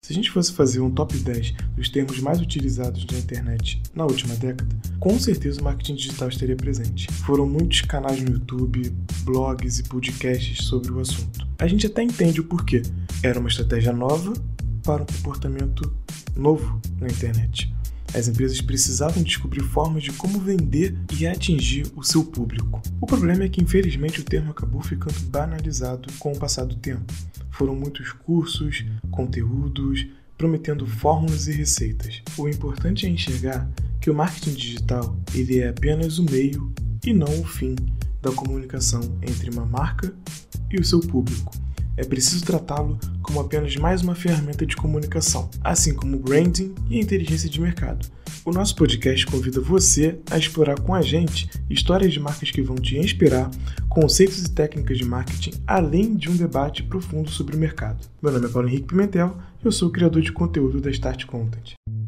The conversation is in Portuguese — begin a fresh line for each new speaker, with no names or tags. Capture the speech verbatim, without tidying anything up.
Se a gente fosse fazer um top dez dos termos mais utilizados na internet na última década, com certeza o marketing digital estaria presente. Foram muitos canais no YouTube, blogs e podcasts sobre o assunto. A gente até entende o porquê. Era uma estratégia nova para um comportamento novo na internet. As empresas precisavam descobrir formas de como vender e atingir o seu público. O problema é que, infelizmente, o termo acabou ficando banalizado com o passar do tempo. Foram muitos cursos, conteúdos, prometendo fórmulas e receitas. O importante é enxergar que o marketing digital ele é apenas o meio e não o fim da comunicação entre uma marca e o seu público. É preciso tratá-lo como apenas mais uma ferramenta de comunicação, assim como o branding e a inteligência de mercado. O nosso podcast convida você a explorar com a gente histórias de marcas que vão te inspirar, conceitos e técnicas de marketing, além de um debate profundo sobre o mercado. Meu nome é Paulo Henrique Pimentel e eu sou o criador de conteúdo da Start Content.